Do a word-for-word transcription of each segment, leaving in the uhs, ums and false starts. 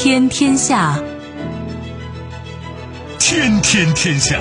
天天下， 天天天下。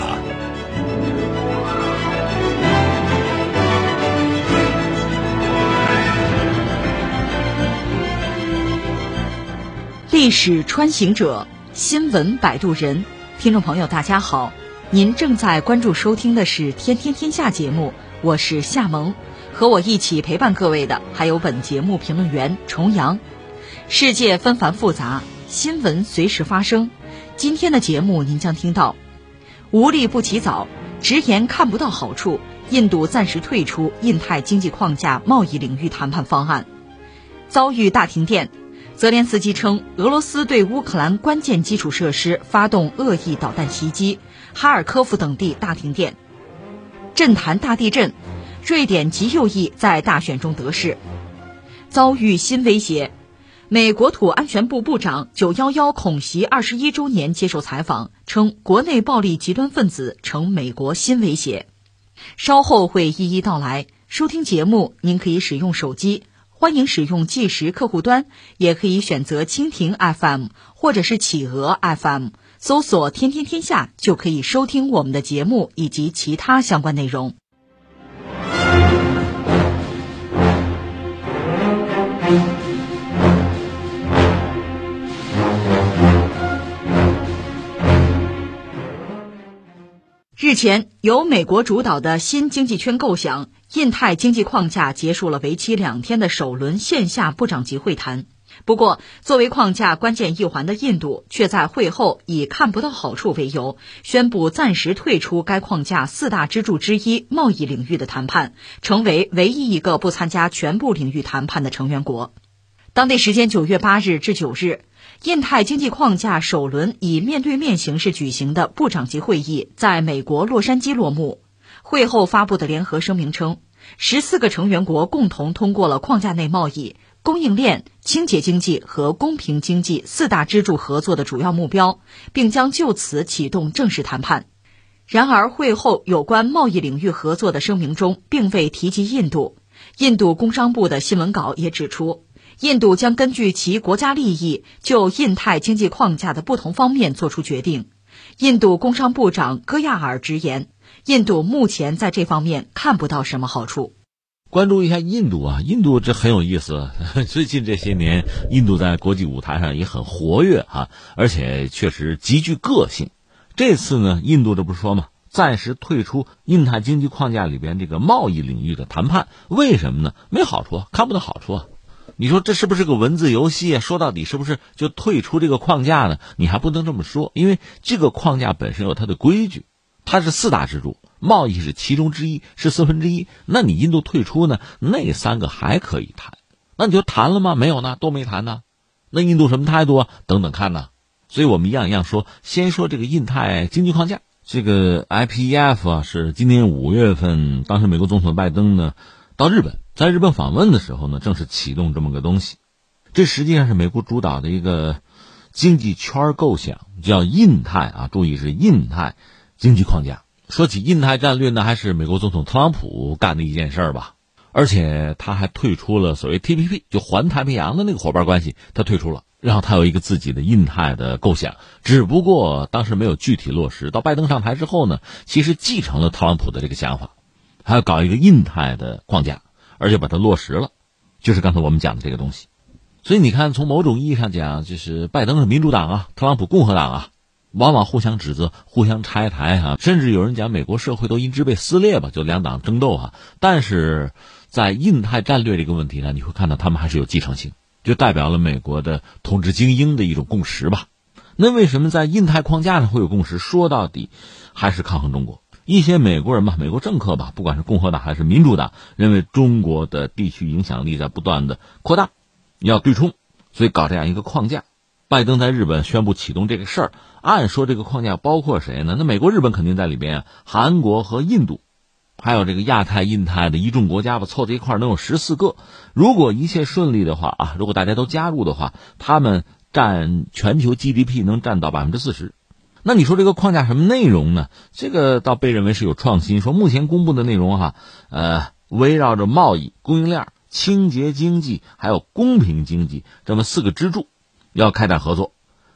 历史穿行者，新闻摆渡人。听众朋友大家好，您正在关注收听的是天天天下节目，我是夏萌，和我一起陪伴各位的还有本节目评论员重阳。世界纷繁复杂，新闻随时发生。今天的节目您将听到：无利不起早，直言看不到好处，印度暂时退出印太经济框架贸易领域谈判方案；遭遇大停电，泽连斯基称俄罗斯对乌克兰关键基础设施发动恶意导弹袭击，哈尔科夫等地大停电；震坛大地震，瑞典极右翼在大选中得势；遭遇新威胁，美国土安全部部长九一一恐袭二十一周年接受采访，称国内暴力极端分子成美国新威胁。稍后会一一道来。收听节目您可以使用手机，欢迎使用即时客户端，也可以选择蜻蜓 F M 或者是企鹅 F M， 搜索天天天下就可以收听我们的节目以及其他相关内容。日前，由美国主导的新经济圈构想印太经济框架结束了为期两天的首轮线下部长级会谈。不过，作为框架关键一环的印度却在会后以看不到好处为由，宣布暂时退出该框架四大支柱之一贸易领域的谈判，成为唯一一个不参加全部领域谈判的成员国。当地时间九月八日至九日，印太经济框架首轮以面对面形式举行的部长级会议在美国洛杉矶落幕。会后发布的联合声明称，十四个成员国共同通过了框架内贸易、供应链、清洁经济和公平经济四大支柱合作的主要目标，并将就此启动正式谈判。然而，会后有关贸易领域合作的声明中并未提及印度。印度工商部的新闻稿也指出，印度将根据其国家利益就印太经济框架的不同方面做出决定。印度工商部长戈亚尔直言，印度目前在这方面看不到什么好处。 关注一下印度啊，印度这很有意思。最近这些年，印度在国际舞台上也很活跃啊，而且确实极具个性。这次呢，印度这不是说嘛，暂时退出印太经济框架里边这个贸易领域的谈判，为什么呢？没好处啊，看不到好处啊。你说这是不是个文字游戏啊？说到底是不是就退出这个框架呢？你还不能这么说，因为这个框架本身有它的规矩，它是四大支柱，贸易是其中之一，是四分之一。那你印度退出呢？那三个还可以谈，那你就谈了吗？没有呢，都没谈呢。那印度什么态度啊？等等看呢。所以我们一样一样说，先说这个印太经济框架，这个 I P E F 啊，是今年五月份，当时美国总统拜登呢到日本。在日本访问的时候呢，正是启动这么个东西。这实际上是美国主导的一个经济圈构想，叫印太啊，注意是印太经济框架。说起印太战略呢，还是美国总统特朗普干的一件事儿吧。而且他还退出了所谓 T P P， 就环太平洋的那个伙伴关系，他退出了。然后他有一个自己的印太的构想，只不过当时没有具体落实。到拜登上台之后呢，其实继承了特朗普的这个想法，还要搞一个印太的框架。而且把它落实了，就是刚才我们讲的这个东西。所以你看，从某种意义上讲，就是拜登是民主党啊，特朗普共和党啊，往往互相指责，互相拆台啊，甚至有人讲美国社会都因之被撕裂吧，就两党争斗啊。但是在印太战略这个问题呢，你会看到他们还是有继承性，就代表了美国的统治精英的一种共识吧。那为什么在印太框架上会有共识？说到底还是抗衡中国。一些美国人吧，美国政客吧，不管是共和党还是民主党，认为中国的地区影响力在不断的扩大，要对冲，所以搞这样一个框架。拜登在日本宣布启动这个事儿，按说这个框架包括谁呢？那美国、日本肯定在里边啊，韩国和印度，还有这个亚太、印太的一众国家吧，凑在一块能有十四个。如果一切顺利的话啊，如果大家都加入的话，他们占全球 G D P 能占到百分之四十。那你说这个框架什么内容呢？这个倒被认为是有创新。说目前公布的内容哈，呃，围绕着贸易、供应链、清洁经济还有公平经济这么四个支柱，要开展合作。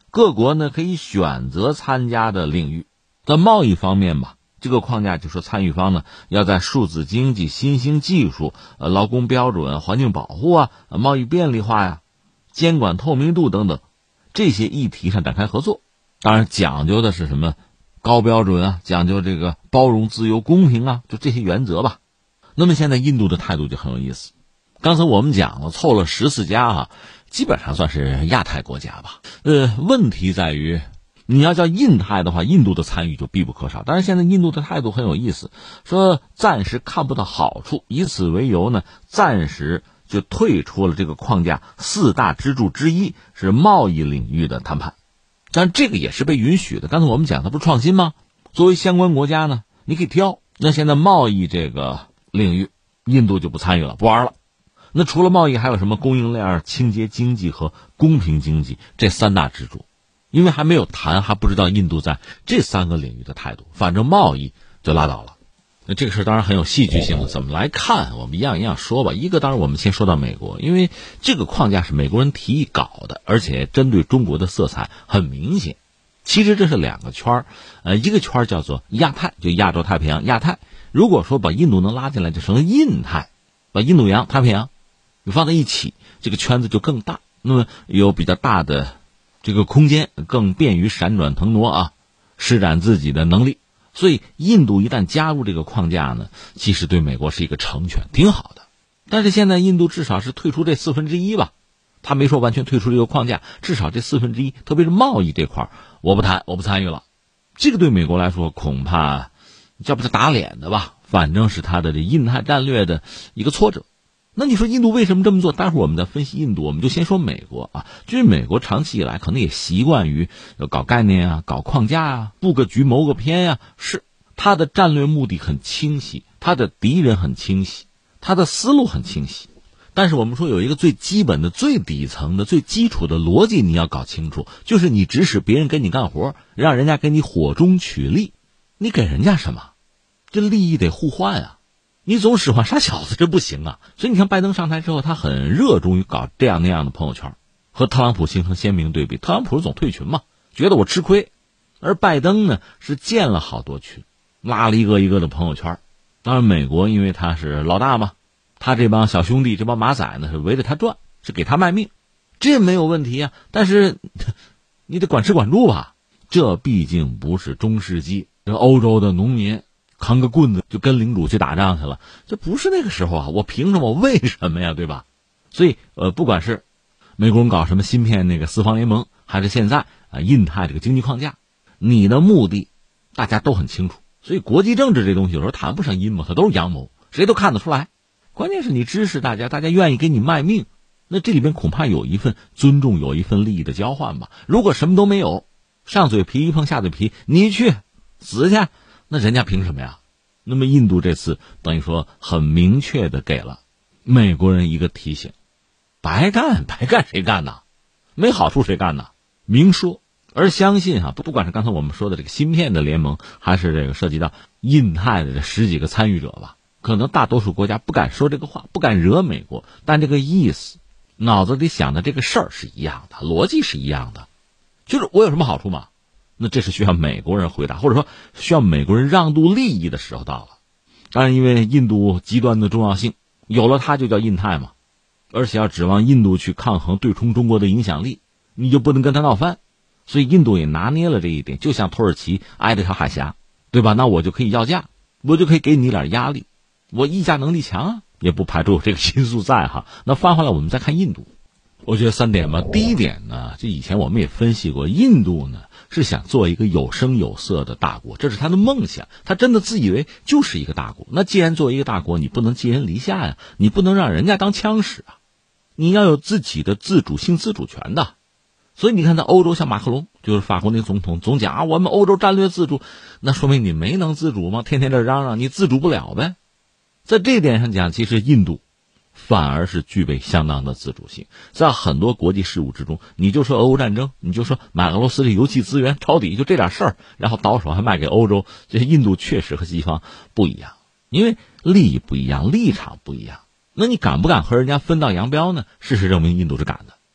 各国呢可以选择参加的领域。在贸易方面吧，这个框架就说参与方呢要在数字经济、新兴技术、呃劳工标准、环境保护啊、贸易便利化呀、监管透明度等等这些议题上展开合作。当然讲究的是什么高标准啊，讲究这个包容、自由、公平啊，就这些原则吧。那么现在印度的态度就很有意思。刚才我们讲了，凑了十四家啊，基本上算是亚太国家吧。呃，问题在于，你要叫印太的话，印度的参与就必不可少。但是现在印度的态度很有意思，说暂时看不到好处，以此为由呢，暂时就退出了这个框架四大支柱之一是贸易领域的谈判。但这个也是被允许的。刚才我们讲它不是创新吗？作为相关国家呢，你可以挑。那现在贸易这个领域，印度就不参与了，不玩了。那除了贸易，还有什么供应链、清洁经济和公平经济这三大支柱？因为还没有谈，还不知道印度在这三个领域的态度。反正贸易就拉倒了。那这个事当然很有戏剧性了，怎么来看？我们一样一样说吧。一个当然我们先说到美国，因为这个框架是美国人提议搞的，而且针对中国的色彩很明显。其实这是两个圈儿，呃，一个圈叫做亚太，就亚洲太平洋亚太。如果说把印度能拉进来，就成了印太，把印度洋、太平洋你放在一起，这个圈子就更大，那么有比较大的这个空间，更便于闪转腾挪啊，施展自己的能力。所以印度一旦加入这个框架呢，其实对美国是一个成全，挺好的。但是现在印度至少是退出这四分之一吧，他没说完全退出这个框架，至少这四分之一，特别是贸易这块我不谈，我不参与了。这个对美国来说恐怕叫不叫打脸的吧，反正是他的这印太战略的一个挫折。那你说印度为什么这么做？待会儿我们再分析印度，我们就先说美国啊。就是美国长期以来可能也习惯于搞概念啊，搞框架啊，布个局谋个篇呀、啊，是他的战略目的很清晰，他的敌人很清晰，他的思路很清晰。但是我们说有一个最基本的、最底层的、最基础的逻辑你要搞清楚，就是你指使别人给你干活，让人家给你火中取栗，你给人家什么？这利益得互换啊。你总使唤傻小子，这不行啊！所以你看拜登上台之后，他很热衷于搞这样那样的朋友圈，和特朗普形成鲜明对比。特朗普总退群嘛，觉得我吃亏，而拜登呢是建了好多群，拉了一个一个的朋友圈。当然美国因为他是老大嘛，他这帮小兄弟这帮马仔呢是围着他转，是给他卖命，这没有问题啊。但是你得管吃管住吧，这毕竟不是中世纪这欧洲的农民扛个棍子就跟领主去打仗去了，这不是那个时候啊！我凭什么？为什么呀？对吧？所以呃，不管是美国人搞什么芯片那个四方联盟，还是现在啊印太这个经济框架，你的目的大家都很清楚。所以国际政治这东西有时候谈不上阴谋，它都是阳谋，谁都看得出来。关键是你支持大家，大家愿意给你卖命，那这里边恐怕有一份尊重，有一份利益的交换吧。如果什么都没有，上嘴皮一碰下嘴皮，你去死去，那人家凭什么呀？那么印度这次等于说很明确的给了美国人一个提醒，白干白干谁干呢？没好处谁干呢？明说。而相信啊，不管是刚才我们说的这个芯片的联盟，还是这个涉及到印太的这十几个参与者吧，可能大多数国家不敢说这个话，不敢惹美国，但这个意思脑子里想的这个事儿是一样的，逻辑是一样的，就是我有什么好处吗？那这是需要美国人回答，或者说需要美国人让渡利益的时候到了。当然因为印度极端的重要性，有了它就叫印太嘛，而且要指望印度去抗衡对冲中国的影响力，你就不能跟他闹翻。所以印度也拿捏了这一点，就像土耳其挨着条海峡，对吧？那我就可以要价，我就可以给你点压力，我议价能力强啊，也不排除有这个因素在哈。那翻回来我们再看印度，我觉得三点吧。第一点呢，就以前我们也分析过，印度呢是想做一个有声有色的大国，这是他的梦想，他真的自以为就是一个大国。那既然作为一个大国，你不能寄人篱下呀，你不能让人家当枪使啊，你要有自己的自主性自主权的。所以你看在欧洲，像马克龙就是法国那个总统总讲啊，我们欧洲战略自主，那说明你没能自主吗？天天这嚷嚷，你自主不了呗。在这点上讲，其实印度反而是具备相当的自主性，在很多国际事务之中，你就说俄乌战争，你就说买俄罗斯的油气资源抄底，就这点事儿，然后倒手还卖给欧洲，这印度确实和西方不一样，因为利益不一样，立场不一样。那你敢不敢和人家分道扬镳呢？事实证明印度是敢的。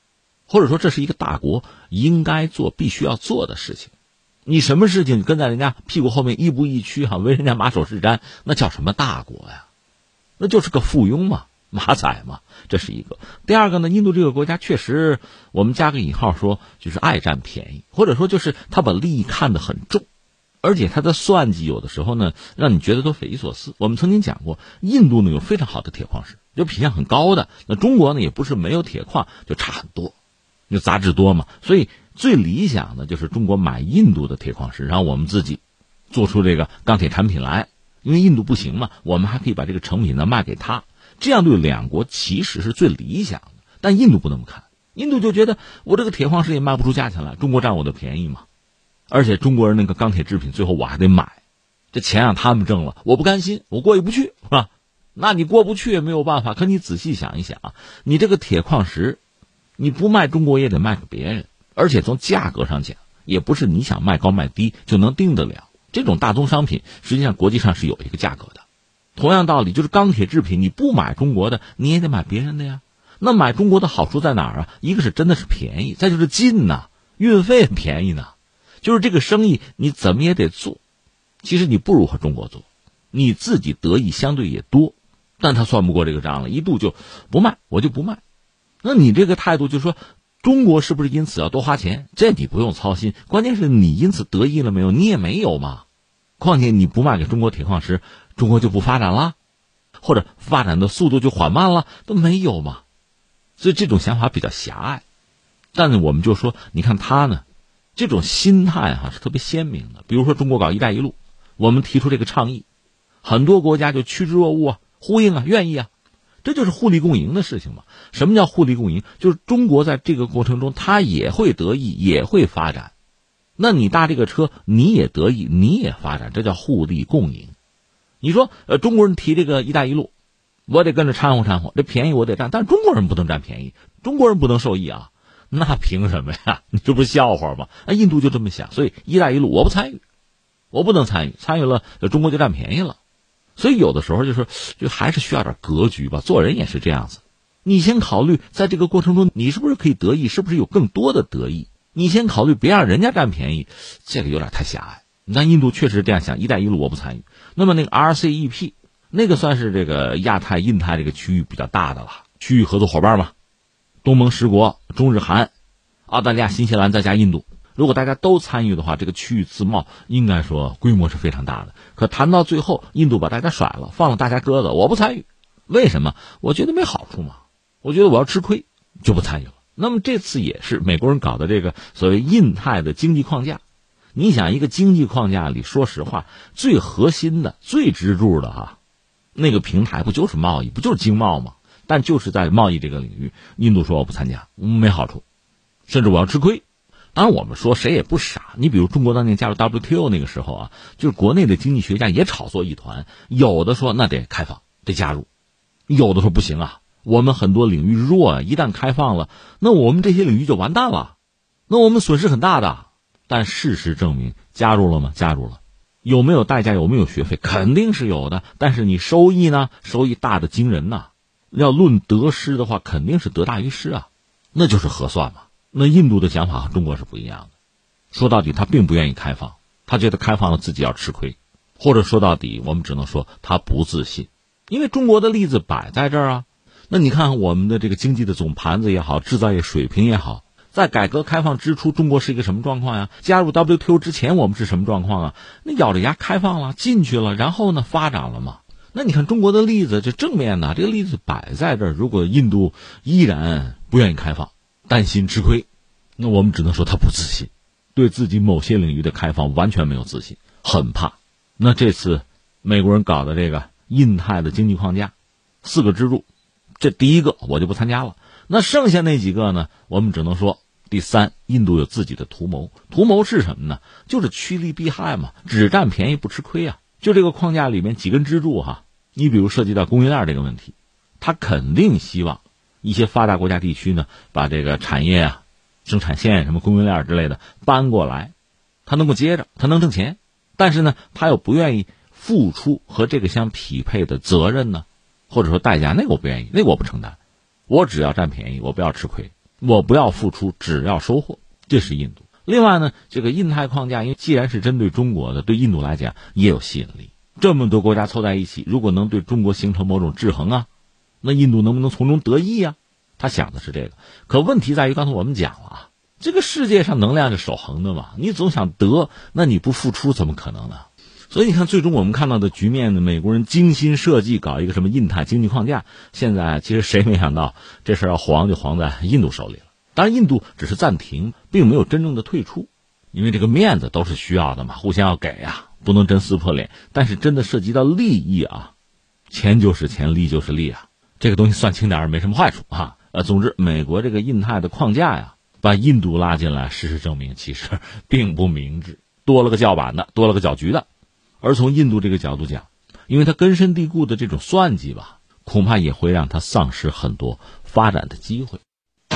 或者说这是一个大国应该做、必须要做的事情。你什么事情跟在人家屁股后面亦步亦趋哈，为人家马首是瞻，那叫什么大国呀？那就是个附庸嘛，马仔嘛，这是一个。第二个呢，印度这个国家确实，我们加个引号说，就是爱占便宜，或者说就是他把利益看得很重，而且他的算计有的时候呢，让你觉得都匪夷所思。我们曾经讲过，印度呢有非常好的铁矿石，就品相很高的，那中国呢也不是没有铁矿，就差很多，就杂质多嘛，所以最理想的就是中国买印度的铁矿石，然后我们自己做出这个钢铁产品来，因为印度不行嘛，我们还可以把这个成品呢卖给他，这样对两国其实是最理想的。但印度不那么看，印度就觉得我这个铁矿石也卖不出价钱来，中国占我的便宜嘛，而且中国人那个钢铁制品最后我还得买，这钱让他们挣了，我不甘心，我过意不去是吧？那你过不去也没有办法，可你仔细想一想啊，你这个铁矿石你不卖中国也得卖给别人，而且从价格上讲也不是你想卖高卖低就能定得了，这种大宗商品实际上国际上是有一个价格的。同样道理，就是钢铁制品你不买中国的你也得买别人的呀。那买中国的好处在哪儿啊？一个是真的是便宜，再就是近呐，运费便宜呢，就是这个生意你怎么也得做。其实你不如和中国做，你自己得益相对也多，但他算不过这个账了，一度就不卖，我就不卖。那你这个态度就是说中国是不是因此要多花钱？这你不用操心，关键是你因此得益了没有？你也没有嘛。况且你不卖给中国铁矿石，中国就不发展了，或者发展的速度就缓慢了，都没有嘛。所以这种想法比较狭隘。但是我们就说，你看他呢，这种心态哈、啊、是特别鲜明的。比如说中国搞一带一路，我们提出这个倡议，很多国家就趋之若鹜啊，呼应啊，愿意啊。这就是互利共赢的事情嘛。什么叫互利共赢？就是中国在这个过程中它也会得益，也会发展，那你搭这个车你也得益，你也发展，这叫互利共赢。你说呃，中国人提这个一带一路，我得跟着掺和掺和，这便宜我得占，但是中国人不能占便宜，中国人不能受益啊，那凭什么呀？你这不是笑话吗？那印度就这么想，所以一带一路我不参与，我不能参与，参与了中国就占便宜了。所以有的时候就是就还是需要点格局吧，做人也是这样子。你先考虑在这个过程中你是不是可以得益，是不是有更多的得益，你先考虑别让人家占便宜，这个有点太狭隘。那印度确实这样想，一带一路我不参与。那么那个 R C E P 那个算是这个亚太印太这个区域比较大的了，区域合作伙伴嘛，东盟十国、中日韩、澳大利亚、新西兰再加印度，如果大家都参与的话，这个区域自贸应该说规模是非常大的。可谈到最后，印度把大家甩了，放了大家鸽子，我不参与。为什么？我觉得没好处嘛，我觉得我要吃亏，就不参与了。那么这次也是美国人搞的这个所谓印太的经济框架。你想一个经济框架里，说实话最核心的最支柱的哈，那个平台不就是贸易，不就是经贸吗？但就是在贸易这个领域，印度说我不参加，没好处，甚至我要吃亏。当然我们说谁也不傻，你比如中国当年加入 W T O 那个时候啊，就是国内的经济学家也炒作一团，有的说那得开放得加入，有的说不行啊，我们很多领域弱啊，一旦开放了，那我们这些领域就完蛋了，那我们损失很大的。但事实证明加入了吗？加入了。有没有代价？有没有学费？肯定是有的。但是你收益呢？收益大的惊人呐！要论得失的话，肯定是得大于失啊，那就是核算嘛。那印度的想法和中国是不一样的，说到底他并不愿意开放，他觉得开放了自己要吃亏，或者说到底我们只能说他不自信，因为中国的例子摆在这儿啊。那你看我们的这个经济的总盘子也好，制造业水平也好，在改革开放之初中国是一个什么状况呀？加入 W T O 之前我们是什么状况啊？那咬着牙开放了，进去了，然后呢发展了嘛。那你看中国的例子，这正面呢，这个例子摆在这儿，如果印度依然不愿意开放，担心吃亏，那我们只能说他不自信，对自己某些领域的开放完全没有自信，很怕。那这次美国人搞的这个印太的经济框架，四个支柱，这第一个我就不参加了。那剩下那几个呢，我们只能说第三，印度有自己的图谋。图谋是什么呢？就是趋利避害嘛，只占便宜不吃亏啊。就这个框架里面几根支柱哈，你比如涉及到供应链这个问题，他肯定希望一些发达国家地区呢，把这个产业啊、生产线什么供应链之类的搬过来，他能够接着，他能挣钱，但是呢，他又不愿意付出和这个相匹配的责任呢，或者说代价，那个我不愿意，那个我不承担，我只要占便宜，我不要吃亏。 我不要付出，只要收获，这是印度。另外呢，这个印太框架，因为既然是针对中国的，对印度来讲也有吸引力。这么多国家凑在一起，如果能对中国形成某种制衡啊，那印度能不能从中得益啊？他想的是这个。可问题在于，刚才我们讲了啊，这个世界上能量是守恒的嘛，你总想得，那你不付出怎么可能呢？所以你看，最终我们看到的局面呢，美国人精心设计搞一个什么印太经济框架，现在其实谁没想到这事儿要黄就黄在印度手里了。当然印度只是暂停，并没有真正的退出，因为这个面子都是需要的嘛，互相要给啊，不能真撕破脸。但是真的涉及到利益啊，钱就是钱，利就是利啊，这个东西算轻点儿没什么坏处啊。呃，总之美国这个印太的框架呀，把印度拉进来，事实证明其实并不明智，多了个叫板的，多了个搅局的。而从印度这个角度讲，因为它根深蒂固的这种算计吧，恐怕也会让它丧失很多发展的机会。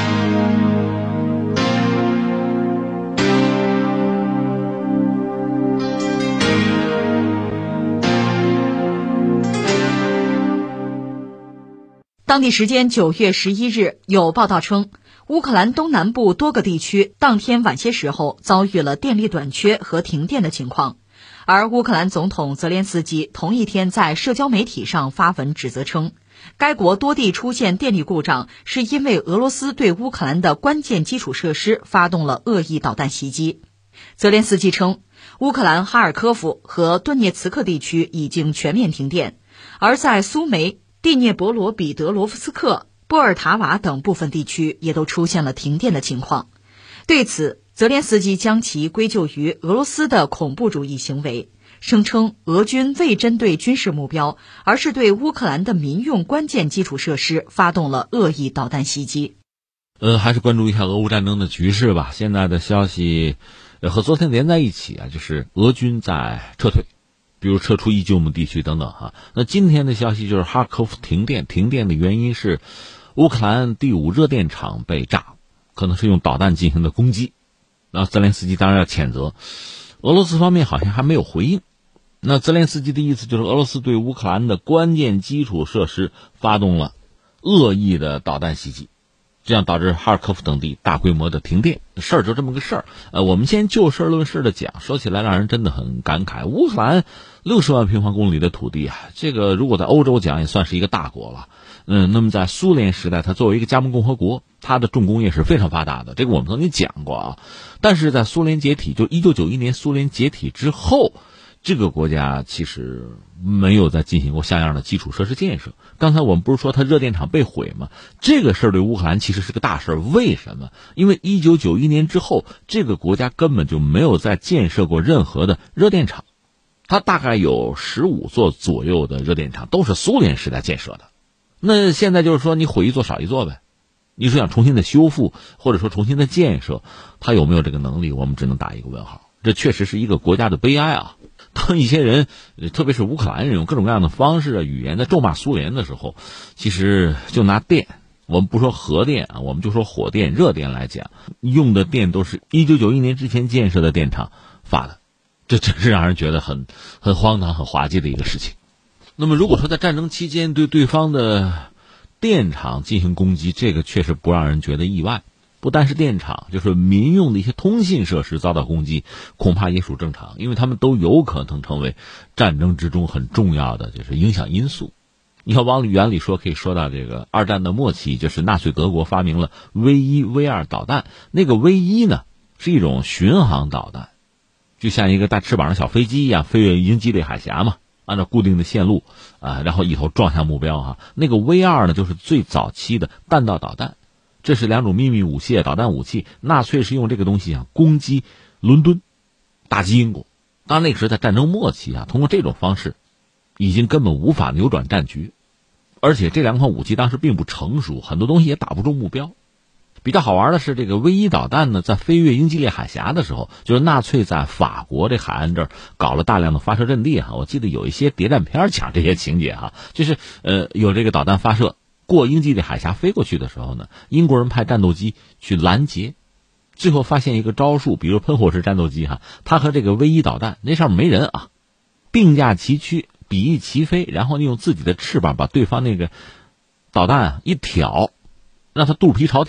当地时间九月十一日，有报道称，乌克兰东南部多个地区当天晚些时候遭遇了电力短缺和停电的情况。而乌克兰总统泽连斯基同一天在社交媒体上发文指责称，该国多地出现电力故障是因为俄罗斯对乌克兰的关键基础设施发动了恶意导弹袭击。泽连斯基称，乌克兰哈尔科夫和顿涅茨克地区已经全面停电，而在苏梅、第聂伯罗彼得罗夫斯克、波尔塔瓦等部分地区也都出现了停电的情况。对此，泽连斯基将其归咎于俄罗斯的恐怖主义行为，声称俄军未针对军事目标，而是对乌克兰的民用关键基础设施发动了恶意导弹袭击。 呃，还是关注一下俄乌战争的局势吧。现在的消息，呃，和昨天连在一起啊，就是俄军在撤退，比如撤出伊久姆地区等等哈。那今天的消息就是哈尔科夫停电，停电的原因是乌克兰第五热电厂被炸，可能是用导弹进行的攻击。那泽连斯基当然要谴责，俄罗斯方面好像还没有回应。那泽连斯基的意思就是俄罗斯对乌克兰的关键基础设施发动了恶意的导弹袭击，这样导致哈尔科夫等地大规模的停电。事儿就这么个事儿。呃，我们先就事论事的讲，说起来让人真的很感慨。乌克兰六十万平方公里的土地啊，这个如果在欧洲讲也算是一个大国了。嗯，那么在苏联时代，它作为一个加盟共和国，它的重工业是非常发达的，这个我们曾经讲过啊。但是在苏联解体，就一九九一年苏联解体之后，这个国家其实没有再进行过像样的基础设施建设。刚才我们不是说它热电厂被毁吗？这个事儿对乌克兰其实是个大事儿。为什么？因为一九九一年之后，这个国家根本就没有再建设过任何的热电厂。它大概有十五座左右的热电厂，都是苏联时代建设的。那现在就是说你毁一座少一座呗。你说想重新的修复，或者说重新的建设，它有没有这个能力？我们只能打一个问号。这确实是一个国家的悲哀啊。当一些人，特别是乌克兰人，用各种各样的方式啊、语言在咒骂苏联的时候，其实就拿电，我们不说核电啊，我们就说火电、热电来讲，用的电都是一九九一年之前建设的电厂发的，这真是让人觉得很很荒唐、很滑稽的一个事情。那么如果说在战争期间对对方的电厂进行攻击，这个确实不让人觉得意外。不单是电厂，就是民用的一些通信设施遭到攻击，恐怕也属正常，因为他们都有可能成为战争之中很重要的就是影响因素。你看往远里说，可以说到这个二战的末期，就是纳粹德国发明了 V 一 V 二 导弹。那个 V 一 呢是一种巡航导弹，就像一个带翅膀的小飞机一样，飞越英吉利海峡嘛，按照固定的线路啊，然后一头撞向目标哈。那个 V 二 呢就是最早期的弹道导弹。这是两种秘密武器，导弹武器。纳粹是用这个东西啊攻击伦敦，打击英国。当然那个时候在战争末期啊，通过这种方式已经根本无法扭转战局，而且这两款武器当时并不成熟，很多东西也打不中目标。比较好玩的是，这个 V 一 导弹呢，在飞越英吉利海峡的时候，就是纳粹在法国这海岸这儿搞了大量的发射阵地哈。我记得有一些谍战片讲这些情节哈，就是呃有这个导弹发射过英吉利海峡飞过去的时候呢，英国人派战斗机去拦截，最后发现一个招数，比如喷火式战斗机哈，它和这个 V 一 导弹那上面没人啊，并驾齐驱，比翼齐飞，然后利用自己的翅膀把对方那个导弹啊一挑，让它肚皮朝天，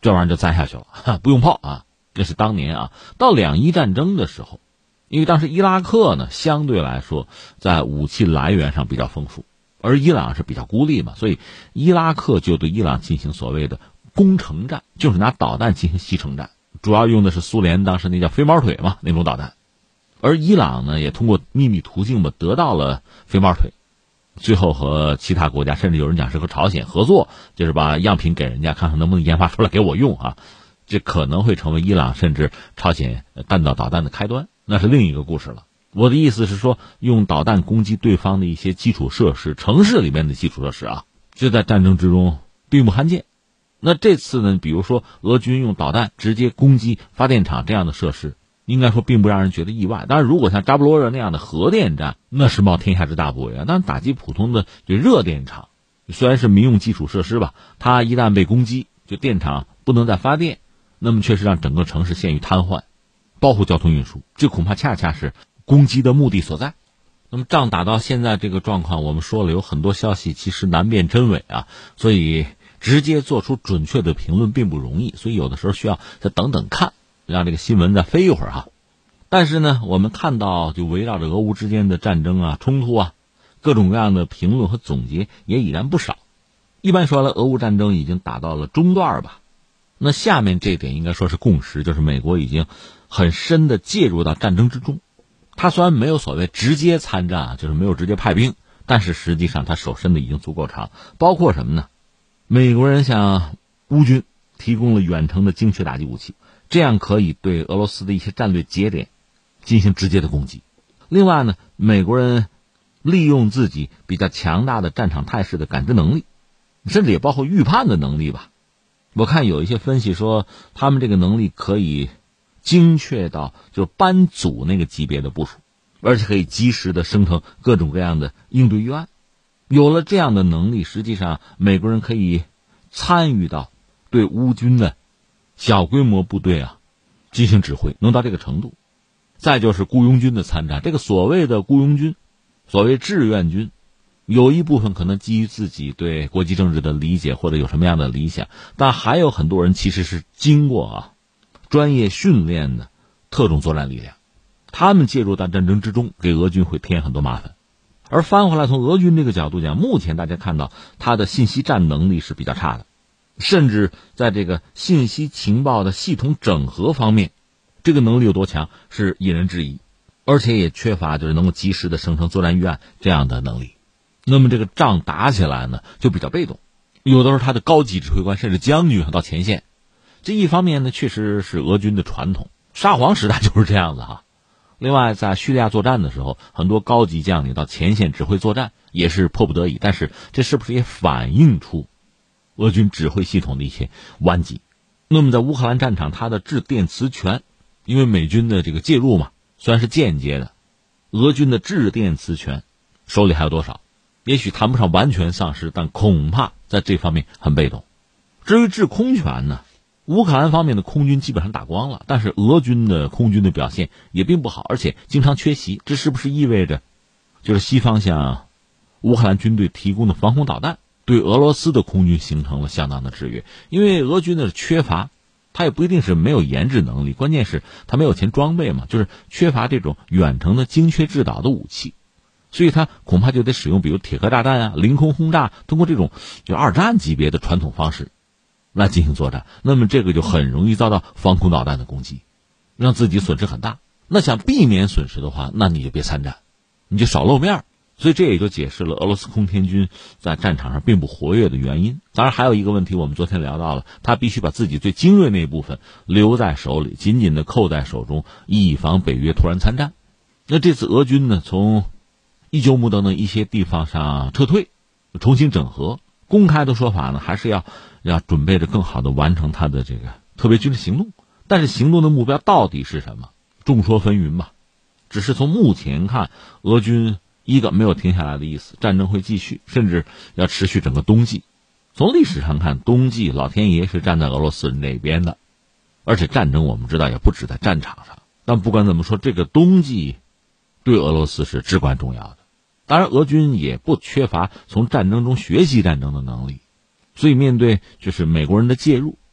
这玩意儿就栽下去了，不用炮啊。这是当年啊，到两伊战争的时候，因为当时伊拉克呢相对来说在武器来源上比较丰富，而伊朗是比较孤立嘛，所以伊拉克就对伊朗进行所谓的攻城战，就是拿导弹进行袭城战，主要用的是苏联当时那叫飞毛腿嘛那种导弹，而伊朗呢也通过秘密途径吧得到了飞毛腿，最后和其他国家甚至有人讲是和朝鲜合作，就是把样品给人家看看能不能研发出来给我用啊，这可能会成为伊朗甚至朝鲜弹道导弹的开端，那是另一个故事了。我的意思是说，用导弹攻击对方的一些基础设施，城市里面的基础设施啊，这在战争之中并不罕见。那这次呢，比如说俄军用导弹直接攻击发电厂这样的设施，应该说并不让人觉得意外。当然如果像扎波罗热那样的核电站，那是冒天下之大不韪啊。但打击普通的这热电厂，虽然是民用基础设施吧，它一旦被攻击，就电厂不能再发电，那么确实让整个城市陷于瘫痪，包括交通运输，这恐怕恰恰是攻击的目的所在。那么仗打到现在这个状况，我们说了有很多消息其实难辨真伪啊，所以直接做出准确的评论并不容易，所以有的时候需要再等等看，让这个新闻再飞一会儿哈。但是呢，我们看到就围绕着俄乌之间的战争啊、冲突啊，各种各样的评论和总结也已然不少。一般说来，俄乌战争已经打到了中段吧。那下面这点应该说是共识，就是美国已经很深的介入到战争之中。他虽然没有所谓直接参战啊，就是没有直接派兵，但是实际上他手伸的已经足够长。包括什么呢？美国人向乌军提供了远程的精确打击武器，这样可以对俄罗斯的一些战略节点进行直接的攻击。另外呢，美国人利用自己比较强大的战场态势的感知能力，甚至也包括预判的能力吧。我看有一些分析说，他们这个能力可以精确到就班组那个级别的部署，而且可以及时的生成各种各样的应对预案。有了这样的能力，实际上美国人可以参与到对乌军的小规模部队啊进行指挥，能到这个程度。再就是雇佣军的参战，这个所谓的雇佣军，所谓志愿军，有一部分可能基于自己对国际政治的理解或者有什么样的理想，但还有很多人其实是经过啊专业训练的特种作战力量，他们介入到战争之中，给俄军会添很多麻烦。而翻回来从俄军这个角度讲，目前大家看到他的信息战能力是比较差的，甚至在这个信息情报的系统整合方面，这个能力有多强是引人质疑，而且也缺乏就是能够及时的生成作战预案这样的能力。那么这个仗打起来呢就比较被动，有的时候他的高级指挥官甚至将军到前线，这一方面呢确实是俄军的传统，沙皇时代就是这样子哈。另外在叙利亚作战的时候，很多高级将领到前线指挥作战也是迫不得已，但是这是不是也反映出俄军指挥系统的一些顽疾？那么在乌克兰战场，他的制电磁权，因为美军的这个介入嘛，虽然是间接的，俄军的制电磁权手里还有多少？也许谈不上完全丧失，但恐怕在这方面很被动。至于制空权呢，乌克兰方面的空军基本上打光了，但是俄军的空军的表现也并不好，而且经常缺席。这是不是意味着就是西方向乌克兰军队提供的防空导弹对俄罗斯的空军形成了相当的制约？因为俄军的缺乏，他也不一定是没有研制能力，关键是他没有钱装备嘛，就是缺乏这种远程的精确制导的武器，所以他恐怕就得使用比如铁壳炸弹啊、凌空轰炸，通过这种就二战级别的传统方式来进行作战。那么这个就很容易遭到防空导弹的攻击，让自己损失很大。那想避免损失的话，那你就别参战，你就少露面。所以这也就解释了俄罗斯空天军在战场上并不活跃的原因。当然还有一个问题我们昨天聊到了，他必须把自己最精锐那一部分留在手里，紧紧的扣在手中，以防北约突然参战。那这次俄军呢，从伊久姆等等一些地方上撤退，重新整合，公开的说法呢，还是要要准备着更好的完成他的这个特别军事行动。但是行动的目标到底是什么，众说纷纭吧。只是从目前看，俄军一个没有停下来的意思，战争会继续，甚至要持续整个冬季。从历史上看，冬季老天爷是站在俄罗斯人这边的，而且战争我们知道也不止在战场上。但不管怎么说，这个冬季对俄罗斯是至关重要的。当然俄军也不缺乏从战争中学习战争的能力，所以面对就是美国人的介入，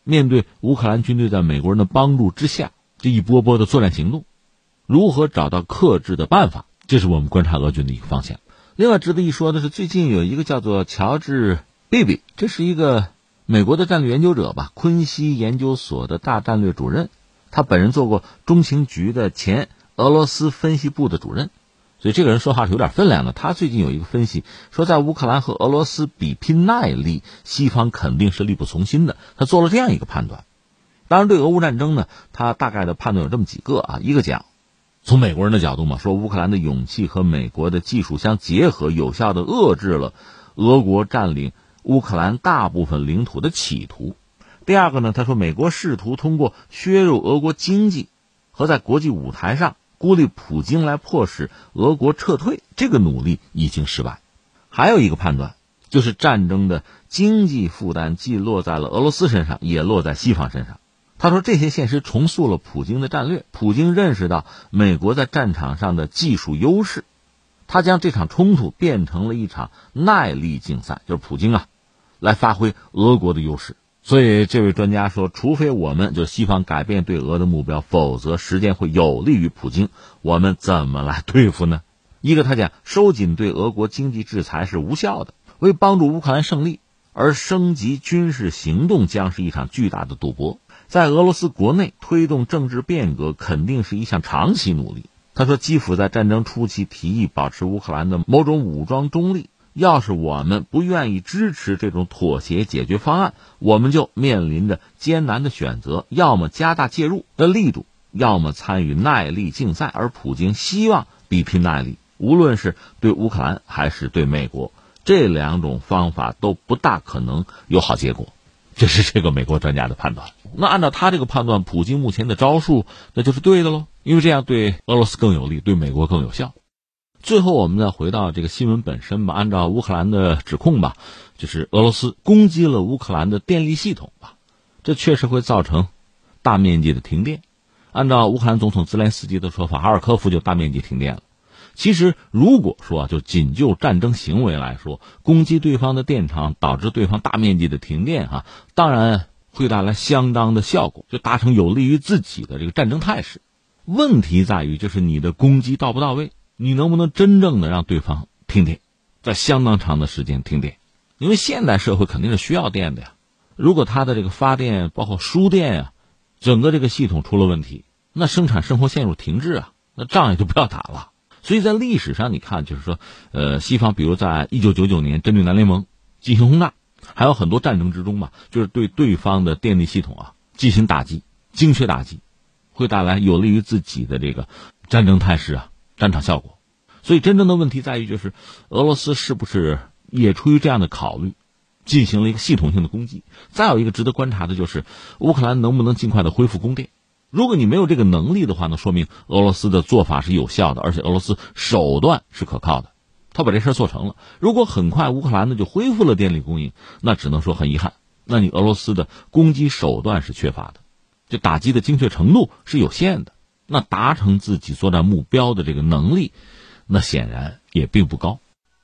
面对乌克兰军队在美国人的帮助之下这一波波的作战行动，如何找到克制的办法，这是我们观察俄军的一个方向。另外值得一说的是，最近有一个叫做乔治比比，这是一个美国的战略研究者吧，昆西研究所的大战略主任，他本人做过中情局的前俄罗斯分析部的主任，所以这个人说话是有点分量的。他最近有一个分析说，在乌克兰和俄罗斯比拼耐力，西方肯定是力不从心的。他做了这样一个判断。当然对俄乌战争呢，他大概的判断有这么几个啊。一个讲从美国人的角度嘛，说乌克兰的勇气和美国的技术相结合，有效地遏制了俄国占领乌克兰大部分领土的企图。第二个呢，他说美国试图通过削弱俄国经济和在国际舞台上孤立普京来迫使俄国撤退，这个努力已经失败。还有一个判断就是战争的经济负担既落在了俄罗斯身上，也落在西方身上。他说这些现实重塑了普京的战略，普京认识到美国在战场上的技术优势，他将这场冲突变成了一场耐力竞赛，就是普京啊来发挥俄国的优势。所以这位专家说，除非我们就是西方改变对俄的目标，否则时间会有利于普京。我们怎么来对付呢？一个他讲收紧对俄国经济制裁是无效的，为帮助乌克兰胜利而升级军事行动将是一场巨大的赌博。在俄罗斯国内推动政治变革肯定是一项长期努力。他说基辅在战争初期提议保持乌克兰的某种武装中立，要是我们不愿意支持这种妥协解决方案，我们就面临着艰难的选择，要么加大介入的力度，要么参与耐力竞赛。而普京希望比拼耐力，无论是对乌克兰还是对美国，这两种方法都不大可能有好结果。这是这个美国专家的判断。那按照他这个判断，普京目前的招数那就是对的喽，因为这样对俄罗斯更有利，对美国更有效。最后我们再回到这个新闻本身吧，按照乌克兰的指控吧，就是俄罗斯攻击了乌克兰的电力系统吧，这确实会造成大面积的停电。按照乌克兰总统泽连斯基的说法，哈尔科夫就大面积停电了。其实如果说就仅就战争行为来说，攻击对方的电厂导致对方大面积的停电啊，当然会带来相当的效果，就达成有利于自己的这个战争态势。问题在于就是你的攻击到不到位，你能不能真正的让对方停电，在相当长的时间停电。因为现代社会肯定是需要电的呀，如果它的这个发电包括输电啊，整个这个系统出了问题，那生产生活陷入停滞啊，那仗也就不要打了。所以在历史上你看，就是说呃，西方比如在一九九九年针对南联盟进行轰炸，还有很多战争之中吧，就是对对方的电力系统啊进行打击，精确打击，会带来有利于自己的这个战争态势啊，战场效果。所以真正的问题在于就是俄罗斯是不是也出于这样的考虑进行了一个系统性的攻击。再有一个值得观察的就是乌克兰能不能尽快的恢复供电。如果你没有这个能力的话呢，说明俄罗斯的做法是有效的，而且俄罗斯手段是可靠的，他把这事做成了。如果很快乌克兰呢就恢复了电力供应，那只能说很遗憾，那你俄罗斯的攻击手段是缺乏的，就打击的精确程度是有限的，那达成自己作战目标的这个能力，那显然也并不高。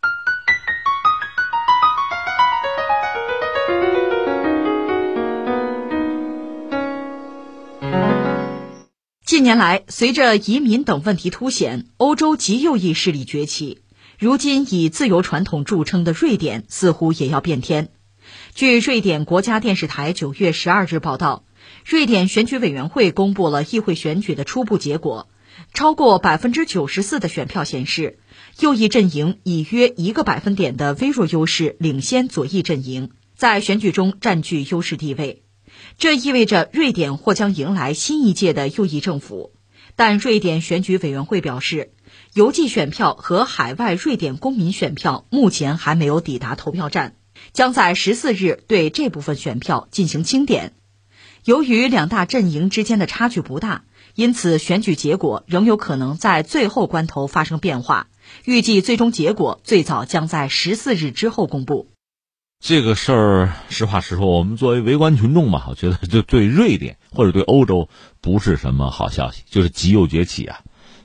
近年来，随着移民等问题凸显，欧洲极右翼势力崛起。如今以自由传统著称的瑞典似乎也要变天。据瑞典国家电视台九月十二日报道，瑞典选举委员会公布了议会选举的初步结果，超过百分之九十四的选票显示，右翼阵营以约一个百分点的微弱优势领先左翼阵营，在选举中占据优势地位。这意味着瑞典或将迎来新一届的右翼政府，但瑞典选举委员会表示，邮寄选票和海外瑞典公民选票目前还没有抵达投票站，将在十四日对这部分选票进行清点。由于两大阵营之间的差距不大，因此选举结果仍有可能在最后关头发生变化，预计最终结果最早将在十四日之后公布。 这个事儿实话实说，我们作为围观群众嘛，我觉得就对瑞典或者对欧洲不是什么好消息，就是极右崛起啊，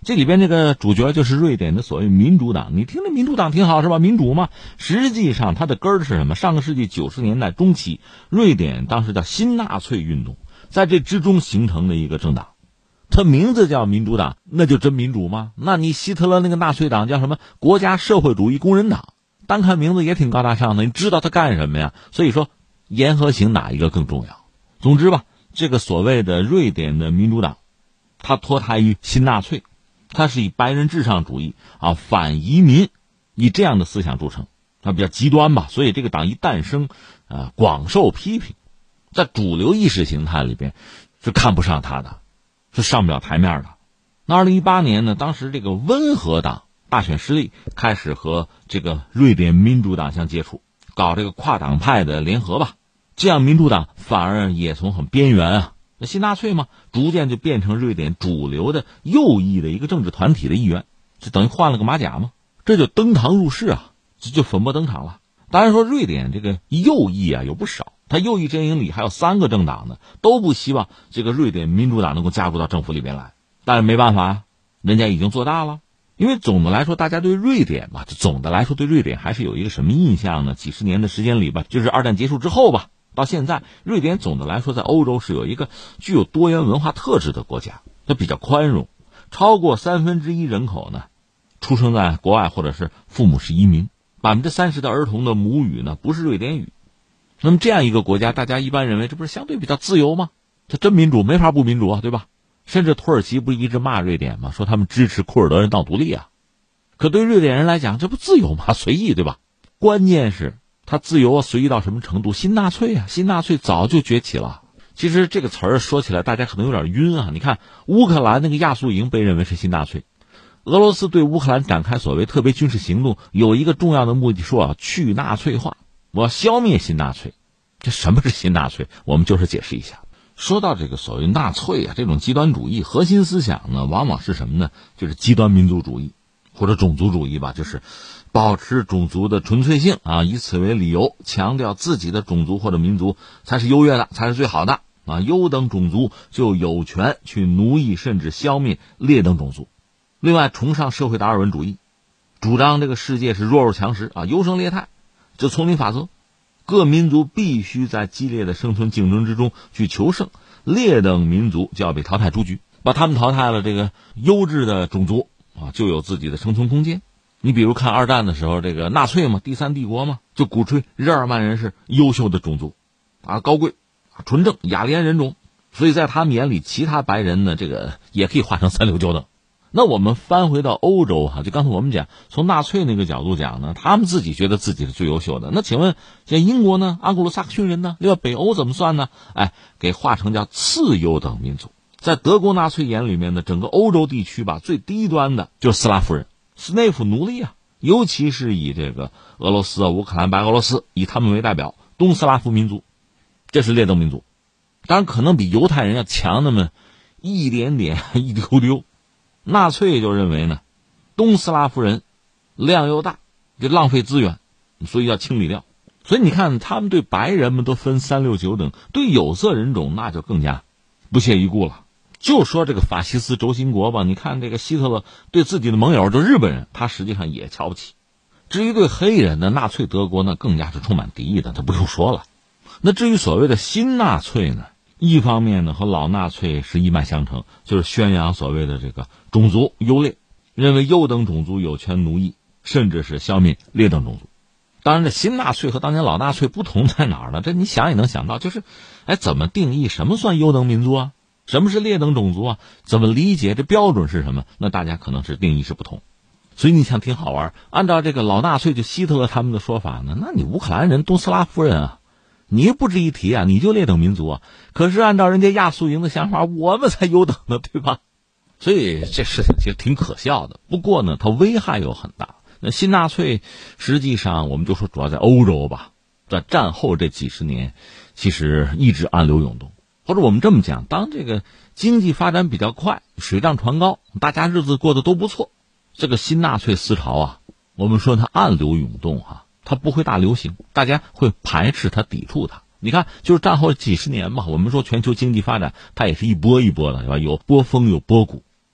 这里边这个主角就是瑞典的所谓民主党。你听着民主党挺好是吧？民主嘛，实际上它的根儿是什么？上个世纪九十年代中期，瑞典当时叫新纳粹运动，在这之中形成的一个政党。它名字叫民主党，那就真民主吗？那你希特勒那个纳粹党叫什么？国家社会主义工人党，单看名字也挺高大上的，你知道他干什么呀？所以说言和行哪一个更重要？总之吧，这个所谓的瑞典的民主党，它脱胎于新纳粹，它是以白人至上主义啊、反移民，以这样的思想著称，它比较极端吧。所以这个党一诞生，啊，广受批评，在主流意识形态里边是看不上它的，是上不了台面的。那二零一八年呢，当时这个温和党大选失利，开始和这个瑞典民主党相接触，搞这个跨党派的联合吧。这样民主党反而也从很边缘啊，那新纳粹嘛，逐渐就变成瑞典主流的右翼的一个政治团体的一员，就等于换了个马甲嘛，这就登堂入室啊，这就粉墨登场了。当然说瑞典这个右翼啊有不少，他右翼阵营里还有三个政党呢，都不希望这个瑞典民主党能够加入到政府里边来，但是没办法啊，人家已经做大了。因为总的来说，大家对瑞典吧，总的来说对瑞典还是有一个什么印象呢？几十年的时间里吧，就是二战结束之后吧，到现在，瑞典总的来说在欧洲是有一个具有多元文化特质的国家，它比较宽容，超过三分之一人口呢出生在国外或者是父母是移民，百分之三十的儿童的母语呢不是瑞典语。那么这样一个国家，大家一般认为这不是相对比较自由吗？它真民主，没法不民主啊，对吧？甚至土耳其不是一直骂瑞典吗？说他们支持库尔德人闹独立啊。可对瑞典人来讲，这不自由吗？随意，对吧？关键是他自由啊，随意到什么程度？新纳粹啊，新纳粹早就崛起了。其实这个词儿说起来，大家可能有点晕啊。你看乌克兰那个亚速营被认为是新纳粹，俄罗斯对乌克兰展开所谓特别军事行动，有一个重要的目的，说啊，去纳粹化，我要消灭新纳粹。这什么是新纳粹？我们就是解释一下。说到这个所谓纳粹啊，这种极端主义核心思想呢，往往是什么呢？就是极端民族主义或者种族主义吧，就是保持种族的纯粹性啊，以此为理由强调自己的种族或者民族才是优越的，才是最好的啊，优等种族就有权去奴役甚至消灭劣等种族。另外崇尚社会达尔文主义，主张这个世界是弱肉强食啊，优胜劣汰，这丛林法则，各民族必须在激烈的生存竞争之中去求胜，劣等民族就要被淘汰出局，把他们淘汰了，这个优质的种族啊就有自己的生存空间。你比如看二战的时候，这个纳粹嘛，第三帝国嘛，就鼓吹日耳曼人是优秀的种族啊，高贵纯正雅利安人种，所以在他们眼里，其他白人呢，这个也可以划成三六九等。那我们翻回到欧洲哈，就刚才我们讲，从纳粹那个角度讲呢，他们自己觉得自己是最优秀的。那请问，像英国呢，盎格鲁撒克逊人呢，另外北欧怎么算呢？哎，给划成叫次优等民族。在德国纳粹眼里面呢，整个欧洲地区吧，最低端的就是斯拉夫人，斯内夫奴隶啊，尤其是以这个俄罗斯啊、乌克兰、白俄罗斯以他们为代表，东斯拉夫民族，这是劣等民族。当然，可能比犹太人要强那么一点点，一丢丢。纳粹就认为呢，东斯拉夫人量又大，就浪费资源，所以要清理掉。所以你看，他们对白人们都分三六九等，对有色人种那就更加不屑一顾了。就说这个法西斯轴心国吧，你看这个希特勒对自己的盟友就日本人，他实际上也瞧不起。至于对黑人呢，纳粹德国呢更加是充满敌意的，他不用说了。那至于所谓的新纳粹呢，一方面呢和老纳粹是一脉相承，就是宣扬所谓的这个种族优劣，认为优等种族有权奴役甚至是消灭劣等种族。当然这新纳粹和当年老纳粹不同在哪儿呢？这你想也能想到，就是哎，怎么定义什么算优等民族啊，什么是劣等种族啊，怎么理解这标准是什么，那大家可能是定义是不同。所以你想挺好玩，按照这个老纳粹就希特勒他们的说法呢，那你乌克兰人东斯拉夫人啊，你不值一提啊，你就劣等民族啊。可是按照人家亚速营的想法，我们才优等的，对吧？所以这事情其实挺可笑的。不过呢，它危害又很大。那新纳粹实际上我们就说主要在欧洲吧，在战后这几十年其实一直暗流涌动。或者我们这么讲，当这个经济发展比较快，水涨船高，大家日子过得都不错，这个新纳粹思潮啊，我们说它暗流涌动啊，它不会大流行，大家会排斥它、抵触它。你看，就是战后几十年嘛，我们说全球经济发展，它也是一波一波的，是吧？有波峰有波谷。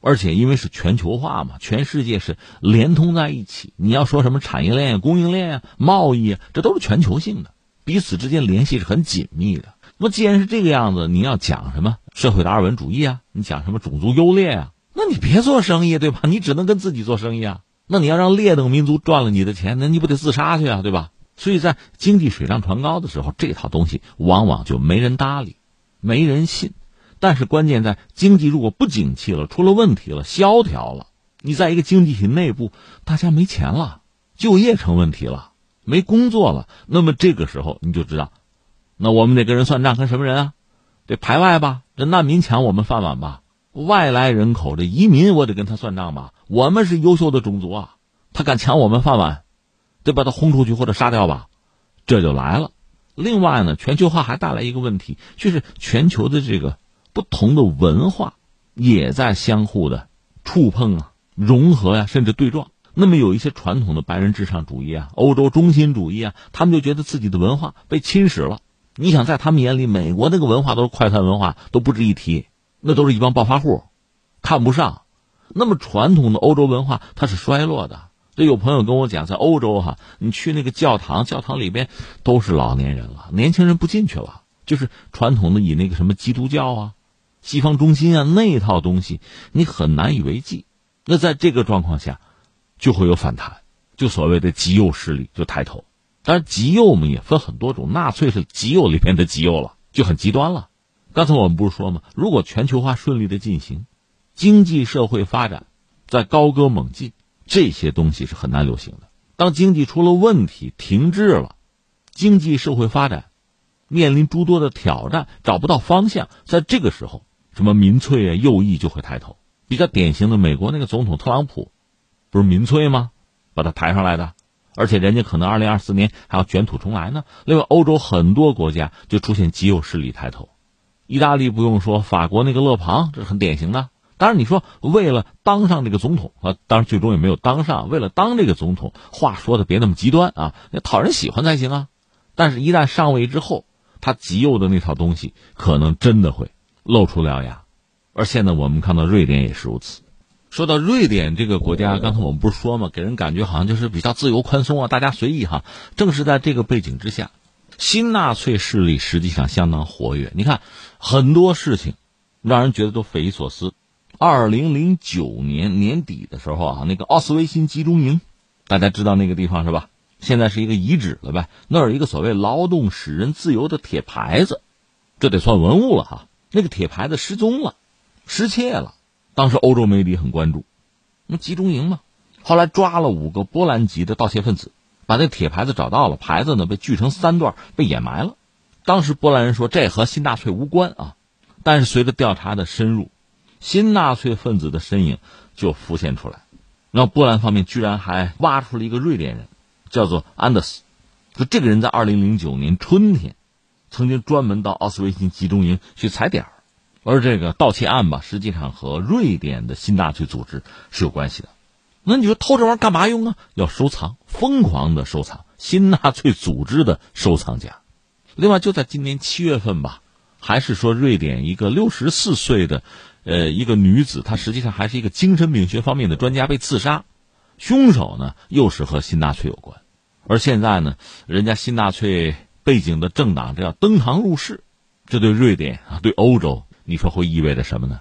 而且因为是全球化嘛，全世界是连通在一起。你要说什么产业链、供应链啊、贸易啊，这都是全球性的，彼此之间联系是很紧密的。那么既然是这个样子，你要讲什么社会达尔文主义啊，你讲什么种族优劣啊，那你别做生意，对吧？你只能跟自己做生意啊。那你要让劣等民族赚了你的钱，那你不得自杀去啊，对吧？所以在经济水涨船高的时候，这套东西往往就没人搭理，没人信。但是关键在经济如果不景气了，出了问题了，萧条了，你在一个经济体内部，大家没钱了，就业成问题了，没工作了，那么这个时候你就知道，那我们得跟人算账，跟什么人啊？得排外吧，这难民抢我们饭碗吧，外来人口这移民我得跟他算账吧，我们是优秀的种族啊，他敢抢我们饭碗，得把他轰出去或者杀掉吧，这就来了。另外呢，全球化还带来一个问题，就是全球的这个不同的文化也在相互的触碰啊、融合呀、啊，甚至对撞。那么有一些传统的白人至上主义啊、欧洲中心主义啊，他们就觉得自己的文化被侵蚀了。你想在他们眼里，美国那个文化都是快餐文化，都不值一提，那都是一帮暴发户，看不上。那么传统的欧洲文化它是衰落的。这有朋友跟我讲，在欧洲哈，你去那个教堂，教堂里边都是老年人了，年轻人不进去了，就是传统的以那个什么基督教啊、西方中心啊那一套东西，你很难以为继。那在这个状况下，就会有反弹，就所谓的极右势力就抬头。当然，极右我们也分很多种，纳粹是极右里边的极右了，就很极端了。刚才我们不是说吗？如果全球化顺利的进行，经济社会发展在高歌猛进，这些东西是很难流行的。当经济出了问题，停滞了，经济社会发展面临诸多的挑战，找不到方向，在这个时候，什么民粹啊、右翼就会抬头。比较典型的美国那个总统特朗普，不是民粹吗？把他抬上来的，而且人家可能二零二四年还要卷土重来呢。另外，欧洲很多国家就出现极右势力抬头，意大利不用说，法国那个勒庞，这是很典型的。当然你说为了当上这个总统啊，当然最终也没有当上，为了当这个总统，话说的别那么极端啊，那讨人喜欢才行啊。但是一旦上位之后，他极右的那套东西可能真的会露出獠牙。而现在我们看到瑞典也是如此。说到瑞典这个国家，刚才我们不是说嘛，给人感觉好像就是比较自由宽松啊，大家随意哈。正是在这个背景之下，新纳粹势力实际上相当活跃。你看很多事情让人觉得都匪夷所思。二零零九年年底的时候啊，那个奥斯维辛集中营，大家知道那个地方是吧？现在是一个遗址了呗。那儿有一个所谓劳动使人自由的铁牌子，这得算文物了哈。那个铁牌子失踪了，失窃了。当时欧洲媒体很关注，那集中营嘛，后来抓了五个波兰籍的盗窃分子，把那铁牌子找到了，牌子呢被锯成三段，被掩埋了。当时波兰人说这和新纳粹无关啊，但是随着调查的深入，新纳粹分子的身影就浮现出来。然后波兰方面居然还挖出了一个瑞典人，叫做安德斯。就这个人在二零零九年春天曾经专门到奥斯维辛集中营去踩点儿。而这个盗窃案吧，实际上和瑞典的新纳粹组织是有关系的。那你说偷这玩意儿干嘛用啊？要收藏，疯狂的收藏，新纳粹组织的收藏家。另外就在今年七月份吧，还是说瑞典一个六十四岁的呃一个女子，她实际上还是一个精神病学方面的专家，被刺杀，凶手呢又是和新纳粹有关。而现在呢，人家新纳粹背景的政党这要登堂入室，这对瑞典啊，对欧洲，你说会意味着什么呢？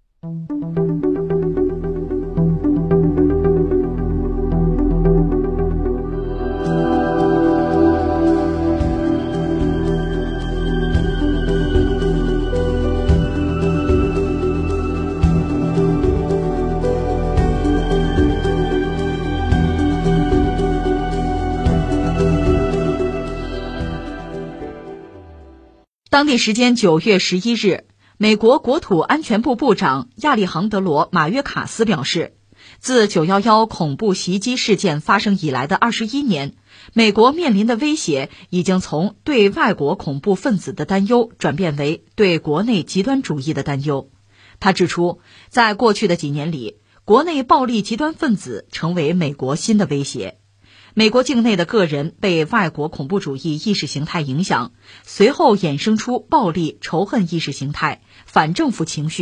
当地时间九月十一日，美国国土安全部部长亚历杭德罗·马约卡斯表示，自九一一恐怖袭击事件发生以来的二十一年，美国面临的威胁已经从对外国恐怖分子的担忧转变为对国内极端主义的担忧。他指出，在过去的几年里，国内暴力极端分子成为美国新的威胁。美国境内的个人被外国恐怖主义意识形态影响，随后衍生出暴力仇恨意识形态、反政府情绪、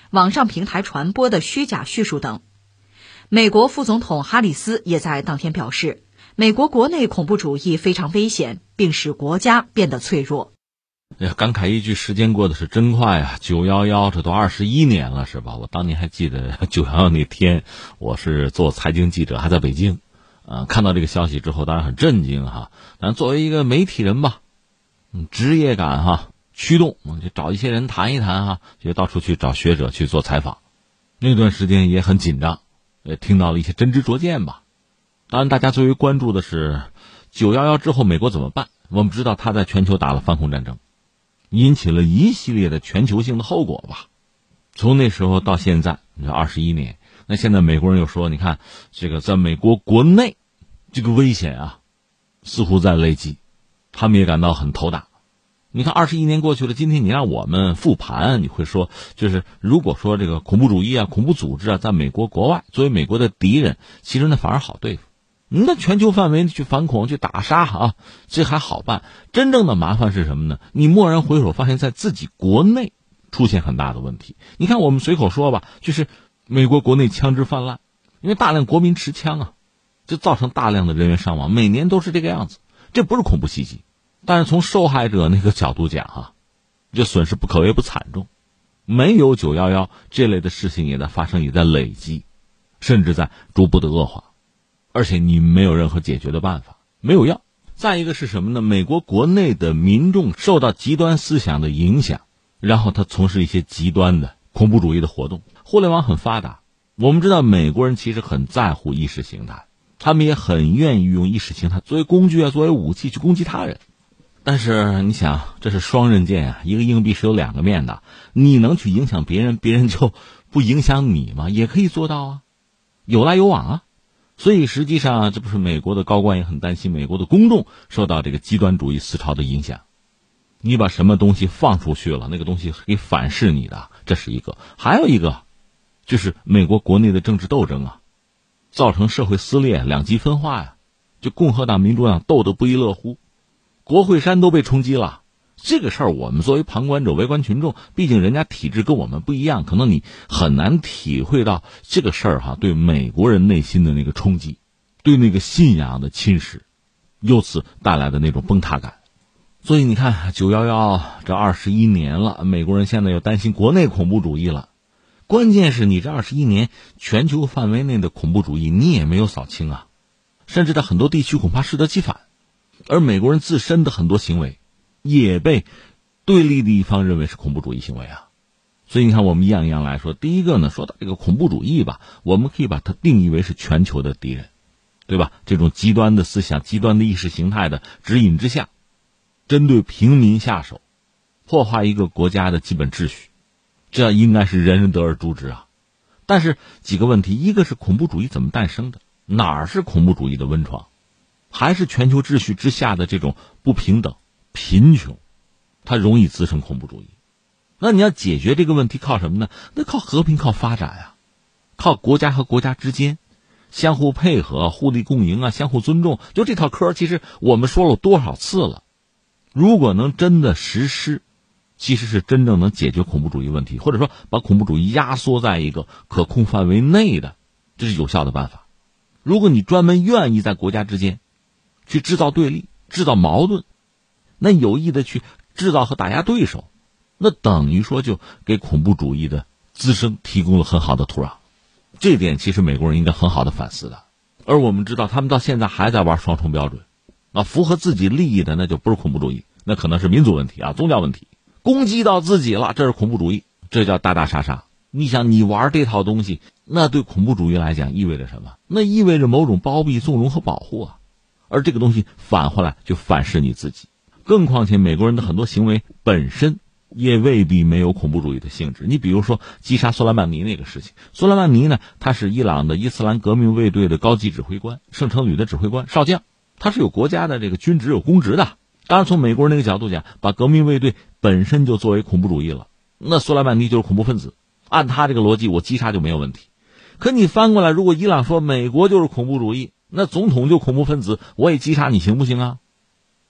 网上平台传播的虚假叙述等。美国副总统哈里斯也在当天表示，美国国内恐怖主义非常危险，并使国家变得脆弱。 哎呀，感慨一句，时间过得是真快啊！九一一这都二十一年了，是吧？我当年还记得九一一那天，我是做财经记者，还在北京，呃，看到这个消息之后，当然很震惊哈。但作为一个媒体人吧，嗯，职业感哈驱动，就找一些人谈一谈哈，就到处去找学者去做采访。那段时间也很紧张，也听到了一些真知灼见吧。当然，大家最为关注的是九一一之后美国怎么办？我们知道他在全球打了反恐战争。引起了一系列的全球性的后果吧。从那时候到现在，你说二十一年，那现在美国人又说，你看这个在美国国内，这个危险啊，似乎在累积，他们也感到很头大。你看二十一年过去了，今天你让我们复盘，你会说，就是如果说这个恐怖主义啊、恐怖组织啊，在美国国外作为美国的敌人，其实那反而好对付。那全球范围去反恐去打杀啊，这还好办。真正的麻烦是什么呢？你蓦然回首，发现在自己国内出现很大的问题。你看，我们随口说吧，就是美国国内枪支泛滥，因为大量国民持枪啊，就造成大量的人员伤亡，每年都是这个样子。这不是恐怖袭击，但是从受害者那个角度讲啊，这损失不可谓不惨重。没有九一一这类的事情也在发生，也在累积，甚至在逐步的恶化。而且你没有任何解决的办法，没有药。再一个是什么呢？美国国内的民众受到极端思想的影响，然后他从事一些极端的恐怖主义的活动。互联网很发达，我们知道美国人其实很在乎意识形态，他们也很愿意用意识形态作为工具啊，作为武器去攻击他人。但是你想，这是双刃剑啊，一个硬币是有两个面的。你能去影响别人，别人就不影响你吗？也可以做到啊，有来有往啊。所以实际上，这不是美国的高官也很担心美国的公众受到这个极端主义思潮的影响。你把什么东西放出去了，那个东西可以反噬你的，这是一个。还有一个，就是美国国内的政治斗争啊，造成社会撕裂、两极分化呀，就共和党、民主党斗得不亦乐乎，国会山都被冲击了。这个事儿，我们作为旁观者、围观群众，毕竟人家体制跟我们不一样，可能你很难体会到这个事儿哈对美国人内心的那个冲击，对那个信仰的侵蚀，由此带来的那种崩塌感。所以你看，九一一这二十一年了，美国人现在又担心国内恐怖主义了。关键是你这二十一年全球范围内的恐怖主义，你也没有扫清啊，甚至在很多地区恐怕适得其反，而美国人自身的很多行为也被对立的一方认为是恐怖主义行为啊。所以你看，我们一样一样来说。第一个呢，说到这个恐怖主义吧，我们可以把它定义为是全球的敌人，对吧？这种极端的思想、极端的意识形态的指引之下，针对平民下手，破坏一个国家的基本秩序，这应该是人人得而诛之啊。但是几个问题，一个是恐怖主义怎么诞生的，哪儿是恐怖主义的温床，还是全球秩序之下的这种不平等、贫穷，它容易滋生恐怖主义。那你要解决这个问题靠什么呢？那靠和平，靠发展呀，靠国家和国家之间相互配合、互利共赢啊，相互尊重。就这套嗑，其实我们说了多少次了，如果能真的实施，其实是真正能解决恐怖主义问题，或者说把恐怖主义压缩在一个可控范围内的，这是有效的办法。如果你专门愿意在国家之间去制造对立、制造矛盾，那有意的去制造和打压对手，那等于说就给恐怖主义的滋生提供了很好的土壤。这点其实美国人应该很好的反思的。而我们知道他们到现在还在玩双重标准啊，符合自己利益的那就不是恐怖主义，那可能是民族问题啊，宗教问题。攻击到自己了，这是恐怖主义，这叫打打杀杀。你想，你玩这套东西，那对恐怖主义来讲意味着什么？那意味着某种包庇、纵容和保护啊。而这个东西反回来就反噬你自己。更况且美国人的很多行为本身也未必没有恐怖主义的性质。你比如说击杀苏莱曼尼那个事情，苏莱曼尼呢，他是伊朗的伊斯兰革命卫队的高级指挥官，圣城旅的指挥官，少将，他是有国家的这个军职有公职的。当然从美国人那个角度讲，把革命卫队本身就作为恐怖主义了，那苏莱曼尼就是恐怖分子，按他这个逻辑我击杀就没有问题。可你翻过来，如果伊朗说美国就是恐怖主义，那总统就恐怖分子，我也击杀你行不行啊？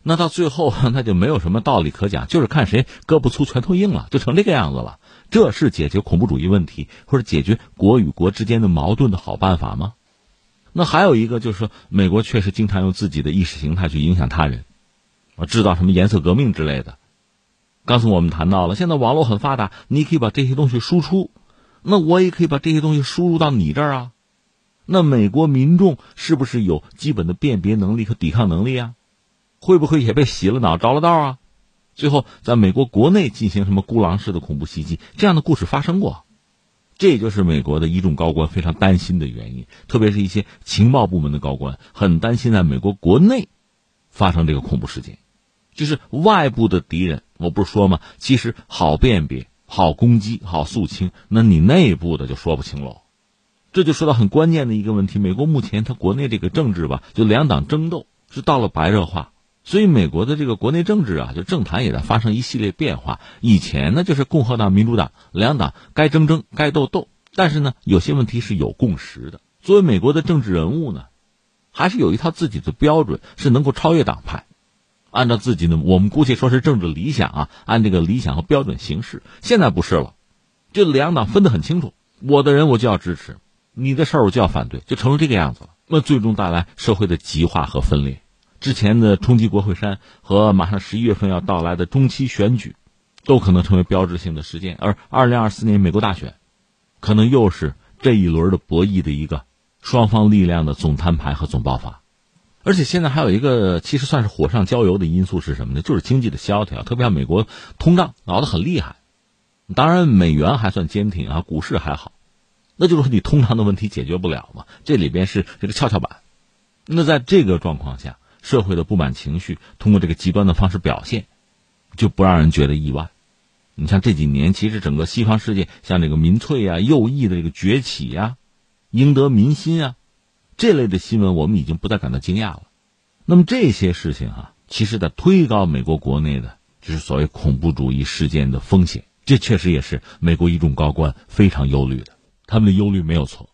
那到最后那就没有什么道理可讲，就是看谁胳膊粗拳头硬了，就成这个样子了。这是解决恐怖主义问题或者解决国与国之间的矛盾的好办法吗？那还有一个就是说，美国确实经常用自己的意识形态去影响他人，制造什么颜色革命之类的。刚才我们谈到了，现在网络很发达，你可以把这些东西输出，那我也可以把这些东西输入到你这儿啊。那美国民众是不是有基本的辨别能力和抵抗能力啊？会不会也被洗了脑着了道啊？最后在美国国内进行什么孤狼式的恐怖袭击，这样的故事发生过。这也就是美国的一众高官非常担心的原因，特别是一些情报部门的高官很担心在美国国内发生这个恐怖事件。就是外部的敌人，我不是说吗？其实好辨别、好攻击、好肃清，那你内部的就说不清喽。这就说到很关键的一个问题，美国目前它国内这个政治吧，就两党争斗是到了白热化，所以美国的这个国内政治啊，就政坛也在发生一系列变化。以前呢，就是共和党、民主党两党该争争、该斗斗，但是呢，有些问题是有共识的。作为美国的政治人物呢，还是有一套自己的标准，是能够超越党派，按照自己的我们姑且说是政治理想啊，按这个理想和标准行事。现在不是了，就两党分得很清楚，我的人我就要支持，你的事儿我就要反对，就成了这个样子了。那最终带来社会的极化和分裂。之前的冲击国会山和马上十一月份要到来的中期选举，都可能成为标志性的事件。而二零二四年美国大选，可能又是这一轮的博弈的一个双方力量的总摊牌和总爆发。而且现在还有一个其实算是火上浇油的因素是什么呢？就是经济的萧条，特别像美国通胀熬得很厉害。当然美元还算坚挺啊，股市还好，那就是说你通胀的问题解决不了嘛，这里边是这个跷跷板。那在这个状况下，社会的不满情绪通过这个极端的方式表现，就不让人觉得意外。你像这几年其实整个西方世界像这个民粹啊、右翼的这个崛起啊、赢得民心啊，这类的新闻我们已经不再感到惊讶了。那么这些事情啊，其实在推高美国国内的就是所谓恐怖主义事件的风险，这确实也是美国一众高官非常忧虑的，他们的忧虑没有错。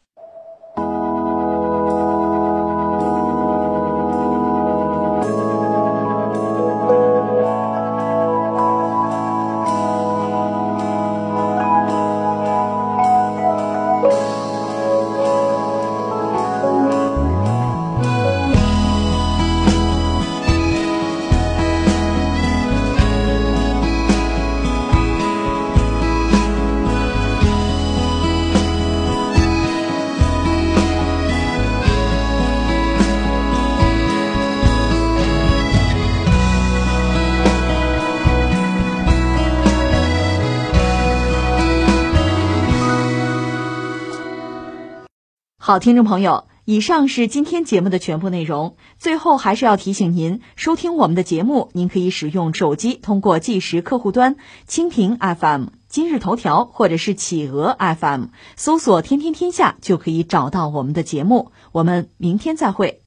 好，听众朋友，以上是今天节目的全部内容。最后还是要提醒您，收听我们的节目，您可以使用手机通过即时客户端蜻蜓 F M、今日头条或者是企鹅 F M 搜索天天天下就可以找到我们的节目。我们明天再会。